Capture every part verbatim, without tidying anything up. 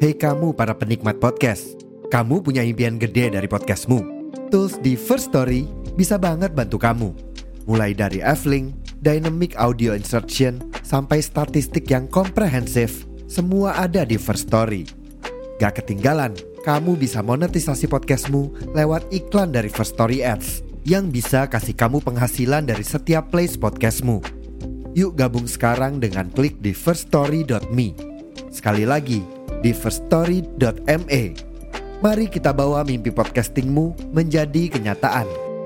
Hei kamu para penikmat podcast, kamu punya impian gede dari podcastmu. Tools di First Story bisa banget bantu kamu. Mulai dari F-Link, Dynamic Audio Insertion, sampai statistik yang komprehensif, semua ada di First Story. Gak ketinggalan, kamu bisa monetisasi podcastmu lewat iklan dari First Story Ads yang bisa kasih kamu penghasilan dari setiap place podcastmu. Yuk gabung sekarang dengan klik di first story dot me. Sekali lagi, di first story dot me. Mari kita bawa mimpi podcastingmu menjadi kenyataan.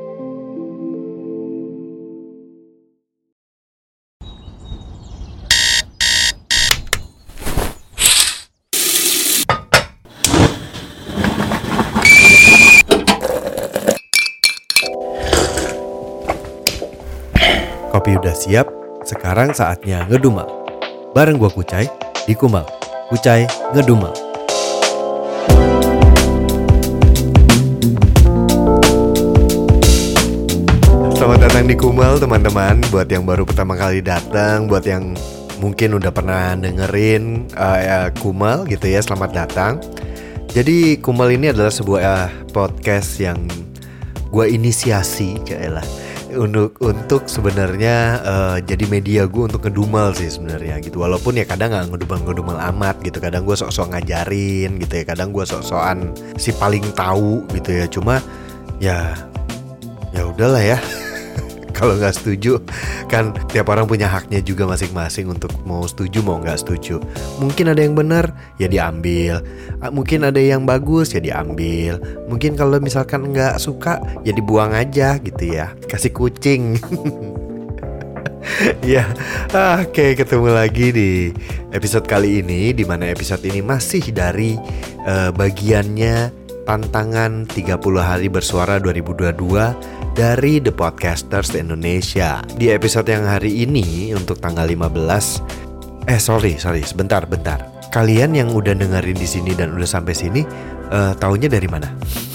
Kopi udah siap, sekarang saatnya ngedumel. Bareng gua Kucai di Kumal. Kucai ngedumel. Selamat datang di Kumal teman-teman. Buat yang baru pertama kali datang, buat yang mungkin udah pernah dengerin uh, ya, Kumal gitu ya, selamat datang. Jadi Kumal ini adalah sebuah uh, podcast yang gua inisiasi kayak lah untuk untuk sebenarnya uh, jadi media gue untuk ngedumel sih sebenarnya gitu. Walaupun ya kadang nggak ngedumel-ngedumel amat gitu, kadang gue sok-sok ngajarin gitu ya, kadang gue sok-sokan si paling tahu gitu ya. Cuma ya ya udahlah ya. Kalau nggak setuju kan tiap orang punya haknya juga masing-masing untuk mau setuju mau nggak setuju. Mungkin ada yang benar ya diambil, mungkin ada yang bagus ya diambil, mungkin kalau misalkan nggak suka ya dibuang aja gitu ya, kasih kucing. Ya, oke okay, ketemu lagi di episode kali ini, di mana episode ini masih dari uh, bagiannya tantangan tiga puluh hari bersuara dua ribu dua puluh dua dari The Podcasters Indonesia. Di episode yang hari ini untuk tanggal lima belas Eh sorry, sorry, sebentar, bentar. Kalian yang udah dengerin di sini dan udah sampai sini uh, taunya dari mana?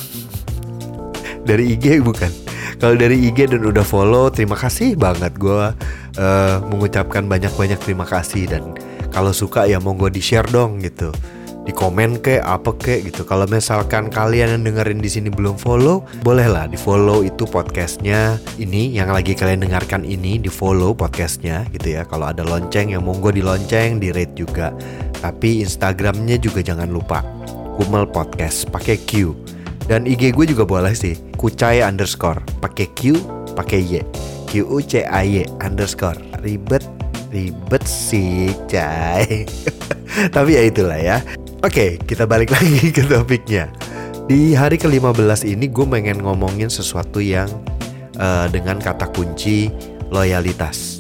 Dari I G bukan? Kalau dari I G dan udah follow, terima kasih banget. Gue uh, mengucapkan banyak-banyak terima kasih. Dan kalau suka ya monggo di-share dong gitu, di komen kek apa kek gitu. Kalau misalkan kalian yang dengerin di sini belum follow, bolehlah di follow itu podcastnya ini yang lagi kalian dengarkan ini, di follow podcastnya gitu ya. Kalau ada lonceng yang monggo di lonceng, di rate juga. Tapi Instagramnya juga jangan lupa, Kumel Podcast pakai Q. Dan I G gue juga boleh sih, Kucai underscore pakai Q pakai Y, Q U C A Y underscore. Ribet ribet sih Cai. Tapi ya itulah ya. Oke, kita balik lagi ke topiknya. Di hari ke lima belas ini gue pengen ngomongin sesuatu yang uh, dengan kata kunci loyalitas.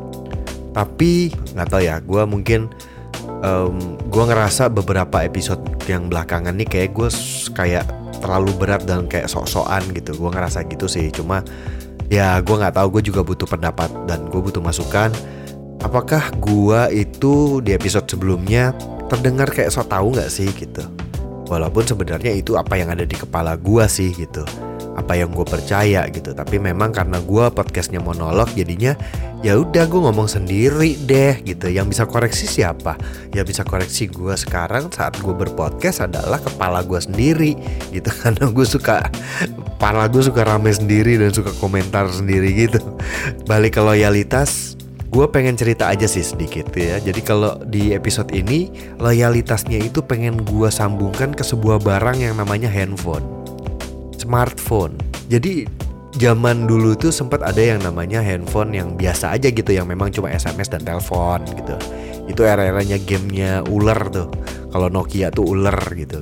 Tapi gak tahu ya, gue mungkin um, gue ngerasa beberapa episode yang belakangan nih kayak gue kayak terlalu berat dan kayak sok-sokan gitu. Gue ngerasa gitu sih. Cuma ya gue gak tahu, gue juga butuh pendapat dan gue butuh masukan. Apakah gue itu di episode sebelumnya terdengar kayak sok tahu nggak sih gitu? Walaupun sebenarnya itu apa yang ada di kepala gue sih gitu, apa yang gue percaya gitu. Tapi memang karena gue podcastnya monolog, jadinya ya udah gue ngomong sendiri deh gitu. Yang bisa koreksi siapa? Yang bisa koreksi gue sekarang saat gue berpodcast adalah kepala gue sendiri gitu. Karena gue suka, kepala gue suka rame sendiri dan suka komentar sendiri gitu. Balik ke loyalitas, gue pengen cerita aja sih sedikit ya. Jadi kalau di episode ini, loyalitasnya itu pengen gue sambungkan ke sebuah barang yang namanya handphone, smartphone. Jadi zaman dulu tuh sempat ada yang namanya handphone yang biasa aja gitu, yang memang cuma S M S dan telepon gitu. Itu era-eranya gamenya ular tuh. Kalau Nokia tuh ular gitu.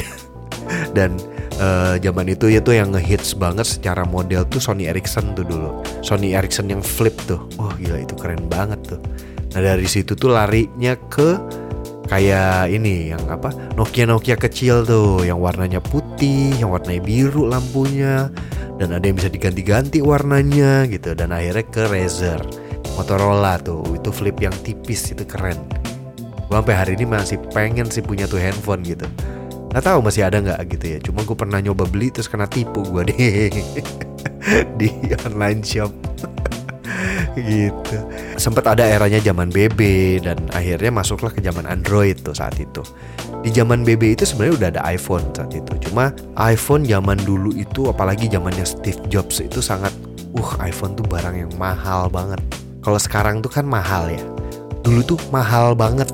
Dan uh, zaman itu ya tuh yang ngehits banget secara model tuh Sony Ericsson tuh dulu. Sony Ericsson yang flip tuh. Wah gila, itu keren banget tuh. Nah dari situ tuh larinya ke kayak ini yang apa, Nokia-Nokia kecil tuh, yang warnanya putih, yang warnanya biru lampunya, dan ada yang bisa diganti-ganti warnanya gitu. Dan akhirnya ke Razer, Motorola tuh, itu flip yang tipis, itu keren. Gue sampai hari ini masih pengen sih punya tuh handphone gitu. Gak tahu masih ada nggak gitu ya. Cuma gue pernah nyoba beli terus kena tipu gue di di online shop. gitu. Sempat ada eranya zaman B B dan akhirnya masuklah ke zaman Android tuh saat itu. Di zaman B B itu sebenarnya udah ada iPhone saat itu. Cuma iPhone zaman dulu itu, apalagi zamannya Steve Jobs, itu sangat uh iPhone tuh barang yang mahal banget. Kalau sekarang tuh kan mahal ya. Dulu tuh mahal banget.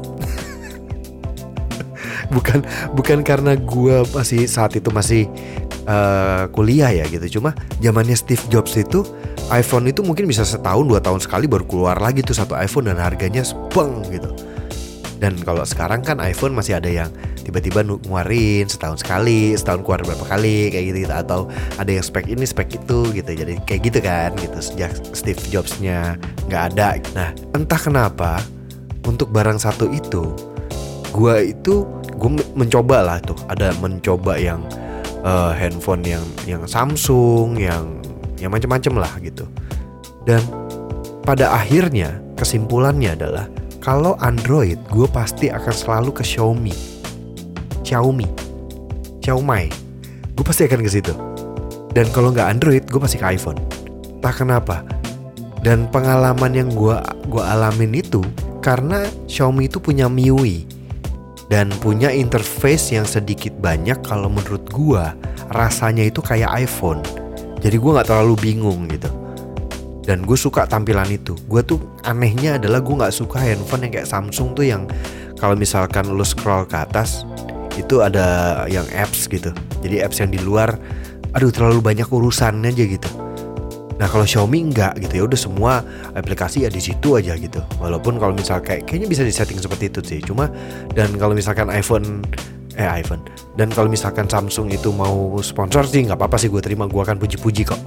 bukan bukan karena gue masih saat itu masih uh, kuliah ya gitu. Cuma zamannya Steve Jobs itu iPhone itu mungkin bisa setahun dua tahun sekali baru keluar lagi tuh satu iPhone dan harganya speng gitu. Dan kalau sekarang kan iPhone masih ada yang tiba-tiba ngeluarin setahun sekali, setahun keluar berapa kali kayak gitu, gitu. Atau ada yang spek ini spek itu gitu. Jadi kayak gitu kan gitu sejak Steve Jobs-nya nggak ada. Nah entah kenapa untuk barang satu itu gue itu gue mencoba lah tuh, ada mencoba yang uh, handphone yang yang Samsung, yang yang macam-macam lah gitu. Dan pada akhirnya kesimpulannya adalah kalau Android gue pasti akan selalu ke Xiaomi, Xiaomi, Xiaomi. Gue pasti akan ke situ. Dan kalau nggak Android gue pasti ke iPhone. Tak kenapa. Dan pengalaman yang gue gue alamin itu karena Xiaomi itu punya M I U I dan punya interface yang sedikit banyak kalau menurut gue rasanya itu kayak iPhone. Jadi gue nggak terlalu bingung gitu. Dan gue suka tampilan itu. Gue tuh anehnya adalah gue gak suka handphone yang kayak Samsung tuh yang kalau misalkan lo scroll ke atas itu ada yang apps gitu. Jadi apps yang di luar, aduh terlalu banyak urusannya aja gitu. Nah kalau Xiaomi enggak gitu, ya udah semua aplikasi ya di situ aja gitu. Walaupun kalau misal kayak kayaknya bisa disetting seperti itu sih. Cuma dan kalau misalkan iPhone eh iPhone dan kalau misalkan Samsung itu mau sponsor sih nggak apa-apa sih, gue terima, gue akan puji-puji kok.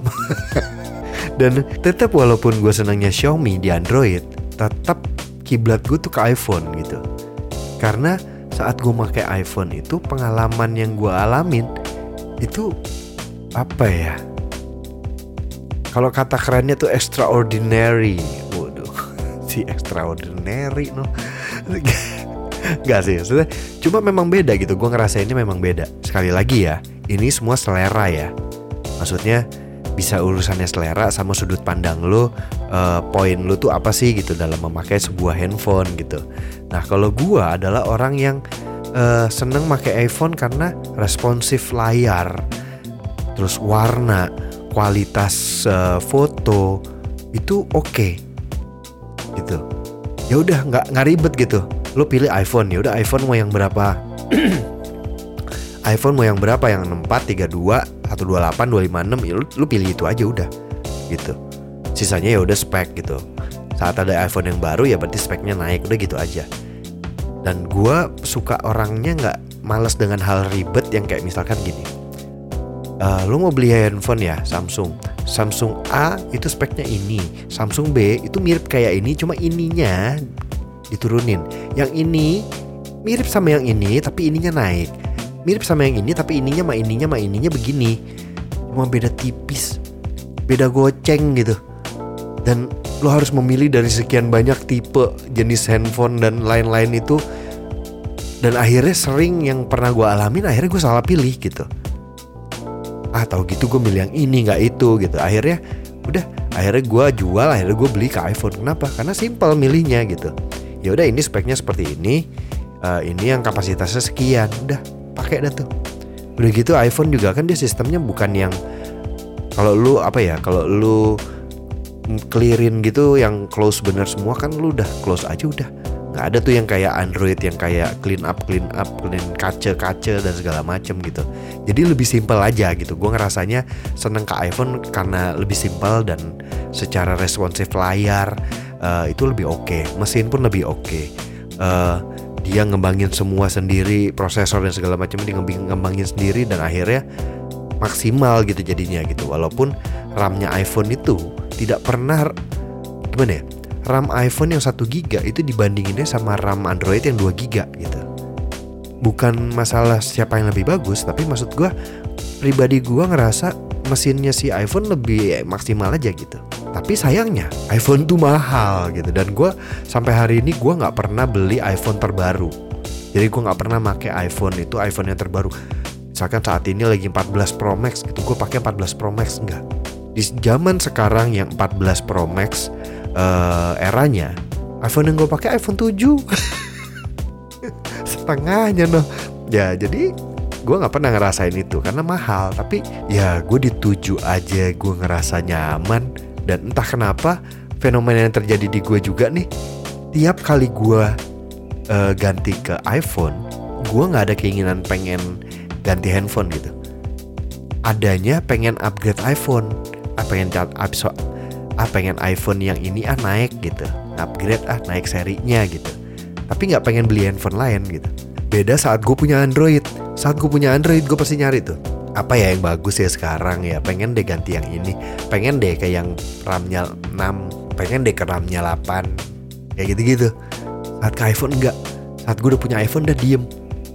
Dan tetap walaupun gue senangnya Xiaomi di Android, tetap kiblat gue tuh ke iPhone gitu. Karena saat gue pakai iPhone itu pengalaman yang gue alamin itu apa ya? Kalau kata kerennya tuh extraordinary. Waduh, si extraordinary no. Gak sih, maksudnya cuma memang beda gitu. Gue ngerasainnya memang beda. Sekali lagi ya, ini semua selera ya. Maksudnya bisa urusannya selera sama sudut pandang lo, uh, poin lo tuh apa sih gitu dalam memakai sebuah handphone gitu. Nah kalau gua adalah orang yang uh, seneng pakai iPhone karena responsif layar, terus warna, kualitas uh, foto itu oke okay, gitu. Ya udah nggak nggak ribet gitu. Lo pilih iPhone, ya udah iPhone mau yang berapa? iPhone mau yang berapa? Yang enam empat, tiga dua, seratus dua puluh delapan, dua lima enam, ya lu, lu pilih itu aja udah gitu. Sisanya ya udah spek gitu. Saat ada iPhone yang baru ya berarti speknya naik, udah gitu aja. Dan gue suka orangnya gak malas dengan hal ribet yang kayak misalkan gini, uh, lu mau beli handphone ya Samsung, Samsung A itu speknya ini, Samsung B itu mirip kayak ini cuma ininya diturunin, yang ini mirip sama yang ini tapi ininya naik, mirip sama yang ini tapi ininya sama ininya sama ininya begini, cuma beda tipis, beda goceng gitu. Dan lo harus memilih dari sekian banyak tipe jenis handphone dan lain-lain itu. Dan akhirnya sering yang pernah gue alamin, akhirnya gue salah pilih gitu. Ah tahu gitu gue milih yang ini nggak itu gitu. Akhirnya udah, akhirnya gue jual, akhirnya gue beli ke iPhone. Kenapa? Karena simple milihnya gitu. Ya udah ini speknya seperti ini, uh, ini yang kapasitasnya sekian, udah pakai dah tuh. Udah gitu iPhone juga kan dia sistemnya bukan yang kalau lu apa ya, kalau lu clearin gitu yang close bener semua kan lu udah close aja udah. Nggak ada tuh yang kayak Android yang kayak clean up, clean up, clean kaca-kaca dan segala macem gitu. Jadi lebih simpel aja gitu. Gue ngerasanya seneng ke iPhone karena lebih simpel dan secara responsif layar uh, itu lebih oke. Okay. Mesin pun lebih oke. Okay. Uh, dia ngembangin semua sendiri, prosesor dan segala macam dia ngembangin sendiri dan akhirnya maksimal gitu jadinya gitu. Walaupun RAM-nya iPhone itu tidak pernah gimana ya, RAM iPhone yang satu giga itu dibandinginnya sama RAM Android yang dua giga gitu. Bukan masalah siapa yang lebih bagus, tapi maksud gue pribadi gue ngerasa mesinnya si iPhone lebih maksimal aja gitu. Tapi sayangnya iPhone tuh mahal gitu. Dan gue sampai hari ini gue gak pernah beli iPhone terbaru. Jadi gue gak pernah pakai iPhone itu iPhone yang terbaru. Misalkan saat ini lagi empat belas Pro Max gitu, gue pakai empat belas Pro Max enggak. Di zaman sekarang yang empat belas Pro Max uh, eranya, iPhone yang gue pakai iPhone tujuh. Setengahnya noh. Ya jadi gue nggak pernah ngerasain itu karena mahal. Tapi ya gue di tujuh aja gue ngerasa nyaman. Dan entah kenapa fenomena yang terjadi di gue juga nih, tiap kali gue uh, ganti ke iPhone, gue nggak ada keinginan pengen ganti handphone gitu. Adanya pengen upgrade iPhone, ah pengen cat ah pengen iPhone yang ini ah naik gitu, upgrade ah naik serinya gitu. Tapi nggak pengen beli handphone lain gitu. Beda saat gue punya Android. Saat gue punya Android gue pasti nyari tuh, apa ya yang bagus ya sekarang ya, pengen deh ganti yang ini, pengen deh kayak yang RAM-nya enam, pengen deh ke RAM-nya delapan, kayak gitu-gitu. Saat ke iPhone enggak. Saat gue udah punya iPhone udah diem.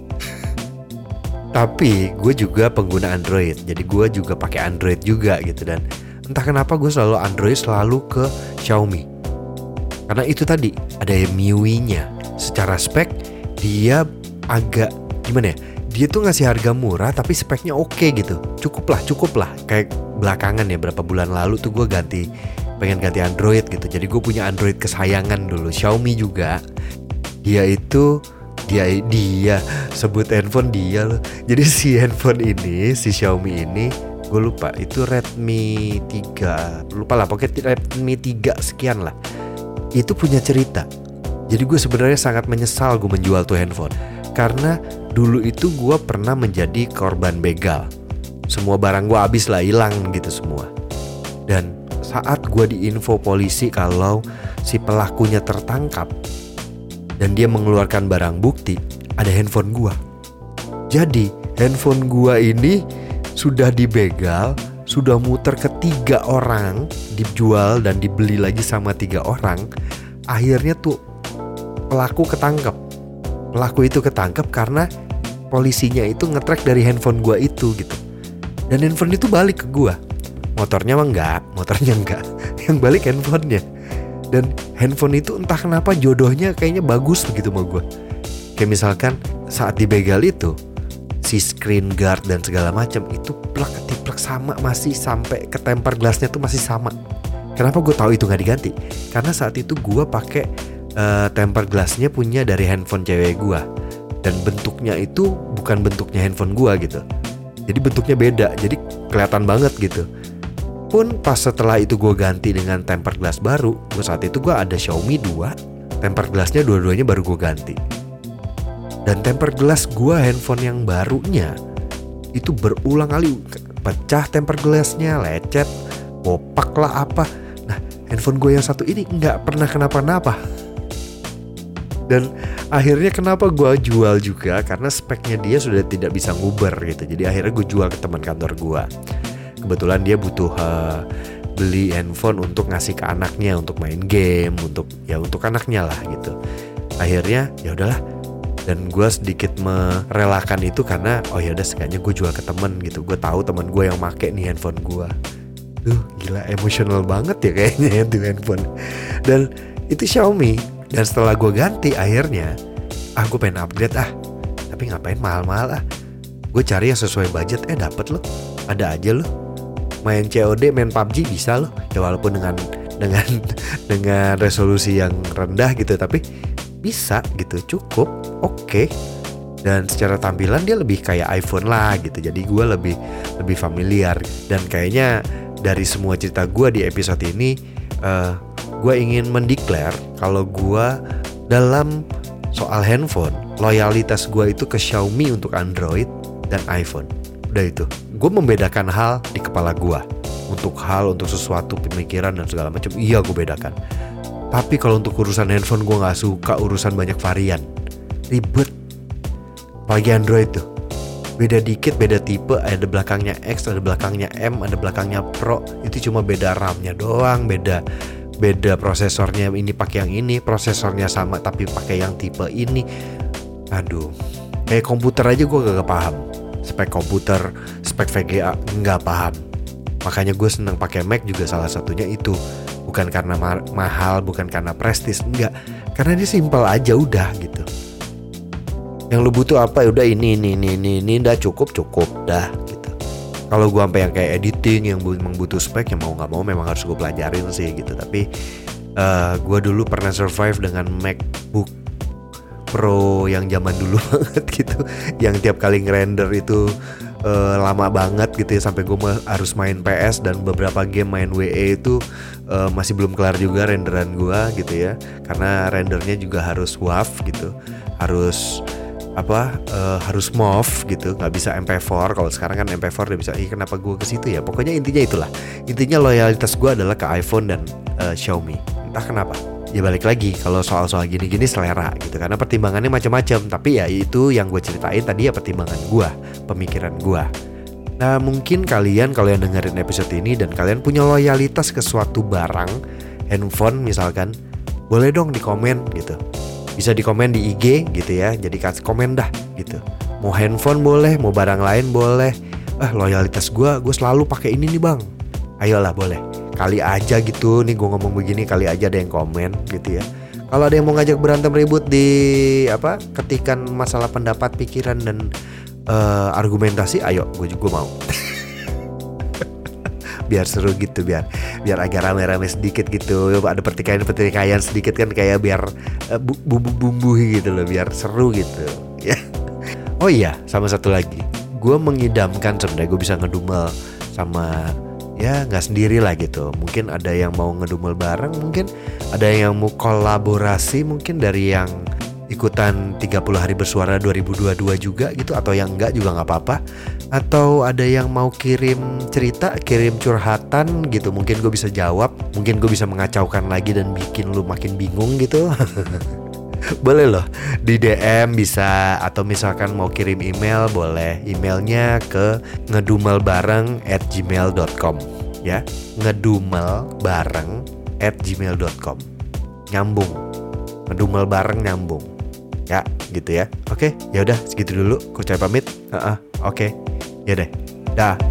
Tapi gue juga pengguna Android, jadi gue juga pakai Android juga gitu. Dan entah kenapa gue selalu Android selalu ke Xiaomi, karena itu tadi ada M I U I-nya. Secara spek dia agak gimana ya, dia tuh ngasih harga murah tapi speknya oke gitu. Cukup lah, cukup lah. Kayak belakangan ya, berapa bulan lalu tuh gue ganti, pengen ganti Android gitu. Jadi gue punya Android kesayangan dulu, Xiaomi juga. Dia itu Dia dia sebut handphone dia loh. Jadi si handphone ini, si Xiaomi ini, gue lupa itu Redmi tiga, lupa lah pokoknya Redmi tiga sekian lah. Itu punya cerita. Jadi gue sebenarnya sangat menyesal gue menjual tuh handphone, karena dulu itu gue pernah menjadi korban begal. Semua barang gue habis lah, hilang gitu semua. Dan saat gue diinfo polisi kalau si pelakunya tertangkap dan dia mengeluarkan barang bukti, ada handphone gua. Jadi handphone gua ini sudah dibegal, sudah muter ke tiga orang, dijual dan dibeli lagi sama tiga orang. Akhirnya tuh pelaku ketangkep. Pelaku itu ketangkep karena polisinya itu nge-track dari handphone gua itu gitu. Dan handphone itu balik ke gua. Motornya mah enggak, motornya enggak. Yang balik handphonenya. Dan handphone itu entah kenapa jodohnya kayaknya bagus begitu sama gue. Kayak misalkan saat dibegal itu, si screen guard dan segala macam itu plek ketiplek sama, masih sampai ke temper glassnya tuh masih sama. Kenapa gue tahu itu nggak diganti? Karena saat itu gue pakai uh, temper glassnya punya dari handphone cewek gue, dan bentuknya itu bukan bentuknya handphone gue gitu. Jadi bentuknya beda, jadi kelihatan banget gitu. Pun pas setelah itu gue ganti dengan tempered glass baru, gue saat itu gue ada Xiaomi dua, tempered glassnya dua-duanya baru gue ganti. Dan tempered glass gue handphone yang barunya itu berulang kali pecah tempered glassnya, lecet, bopak lah apa. Nah handphone gue yang satu ini nggak pernah kenapa-napa. Dan akhirnya kenapa gue jual juga, karena speknya dia sudah tidak bisa nguber gitu. Jadi akhirnya gue jual ke teman kantor gue. Kebetulan dia butuh uh, beli handphone untuk ngasih ke anaknya, untuk main game, untuk ya untuk anaknya lah gitu. Akhirnya ya udahlah, dan gue sedikit merelakan itu karena oh ya udah sekalinya gue jual ke temen gitu. Gue tahu temen gue yang make nih handphone gue. Duh gila, emosional banget ya kayaknya itu handphone. Dan itu Xiaomi. Dan setelah gue ganti akhirnya, ah gue pengen upgrade ah, tapi ngapain mahal-mahal ah. Gue cari yang sesuai budget, eh dapet loh, ada aja loh. Main C O D, main P U B G bisa loh. Ya walaupun dengan dengan dengan resolusi yang rendah gitu, tapi bisa gitu, cukup, oke. Okay. Dan secara tampilan dia lebih kayak iPhone lah gitu. Jadi gue lebih lebih familiar. Dan kayaknya dari semua cerita gue di episode ini, uh, gue ingin mendeklar kalau gue dalam soal handphone, loyalitas gue itu ke Xiaomi untuk Android dan iPhone. Udah itu, gue membedakan hal di kepala gue. Untuk hal, untuk sesuatu, pemikiran dan segala macam, iya gue bedakan. Tapi kalau untuk urusan handphone gue gak suka urusan banyak varian, ribet. Apalagi Android tuh, beda dikit, beda tipe, ada belakangnya X, ada belakangnya M, ada belakangnya Pro. Itu cuma beda RAM-nya doang, beda beda prosesornya, ini pakai yang ini, prosesornya sama tapi pakai yang tipe ini. Aduh, kayak komputer aja gue gak paham. Spek komputer, spek V G A nggak paham. Makanya gue seneng pakai Mac juga salah satunya itu. Bukan karena ma- mahal, bukan karena prestis, enggak. Karena dia simpel aja udah gitu. Yang lu butuh apa ya udah ini ini ini ini ini udah cukup cukup dah gitu. Kalau gue sampai yang kayak editing yang memang butuh spek, yang mau nggak mau memang harus gue pelajarin sih gitu. Tapi uh, gue dulu pernah survive dengan MacBook Pro yang zaman dulu banget gitu, yang tiap kali ngerender itu uh, lama banget gitu ya, sampai gue ma- harus main P S dan beberapa game main W E itu uh, masih belum kelar juga renderan gue gitu ya, karena rendernya juga harus W A V gitu, harus apa uh, harus M O V gitu, nggak bisa M P empat. Kalau sekarang kan M P empat udah bisa. Ih, kenapa gue ke situ ya? Pokoknya intinya itulah. Intinya loyalitas gue adalah ke iPhone dan uh, Xiaomi. Entah kenapa. Ya balik lagi kalau soal-soal gini-gini selera gitu, karena pertimbangannya macam-macam. Tapi ya itu yang gue ceritain tadi ya, pertimbangan gue, pemikiran gue. Nah mungkin kalian kalau yang dengerin episode ini dan kalian punya loyalitas ke suatu barang, handphone misalkan, boleh dong di komen gitu. Bisa di komen di I G gitu ya, jadi kasih komen dah gitu. Mau handphone boleh, mau barang lain boleh. Ah loyalitas gue, gue selalu pakai ini nih bang. Ayolah boleh. Kali aja gitu nih gue ngomong begini, kali aja ada yang komen gitu ya. Kalau ada yang mau ngajak berantem ribut di apa ketikan masalah pendapat, pikiran dan uh, argumentasi, ayo gue juga mau. Biar seru gitu, biar biar agak rame-rame sedikit gitu, ada pertikaian-pertikaian sedikit kan, kayak biar uh, bumbu-bumbu gitu loh, biar seru gitu ya. Oh iya, sama satu lagi, gue mengidamkan sebenarnya gue bisa ngedumel sama, ya nggak sendiri lah gitu. Mungkin ada yang mau ngedumel bareng, mungkin ada yang mau kolaborasi, mungkin dari yang ikutan tiga puluh hari bersuara dua ribu dua puluh dua juga gitu, atau yang enggak juga nggak apa-apa. Atau ada yang mau kirim cerita, kirim curhatan gitu, mungkin gue bisa jawab, mungkin gue bisa mengacaukan lagi dan bikin lu makin bingung gitu. Boleh loh, di D M bisa, atau misalkan mau kirim email boleh, emailnya ke ngedumelbareng at gmail dot com ya, ngedumelbareng at gmail dot com, nyambung, ngedumel bareng nyambung ya gitu ya. Oke, ya udah segitu dulu, Kucai pamit. uh-uh, oke ya deh, dah.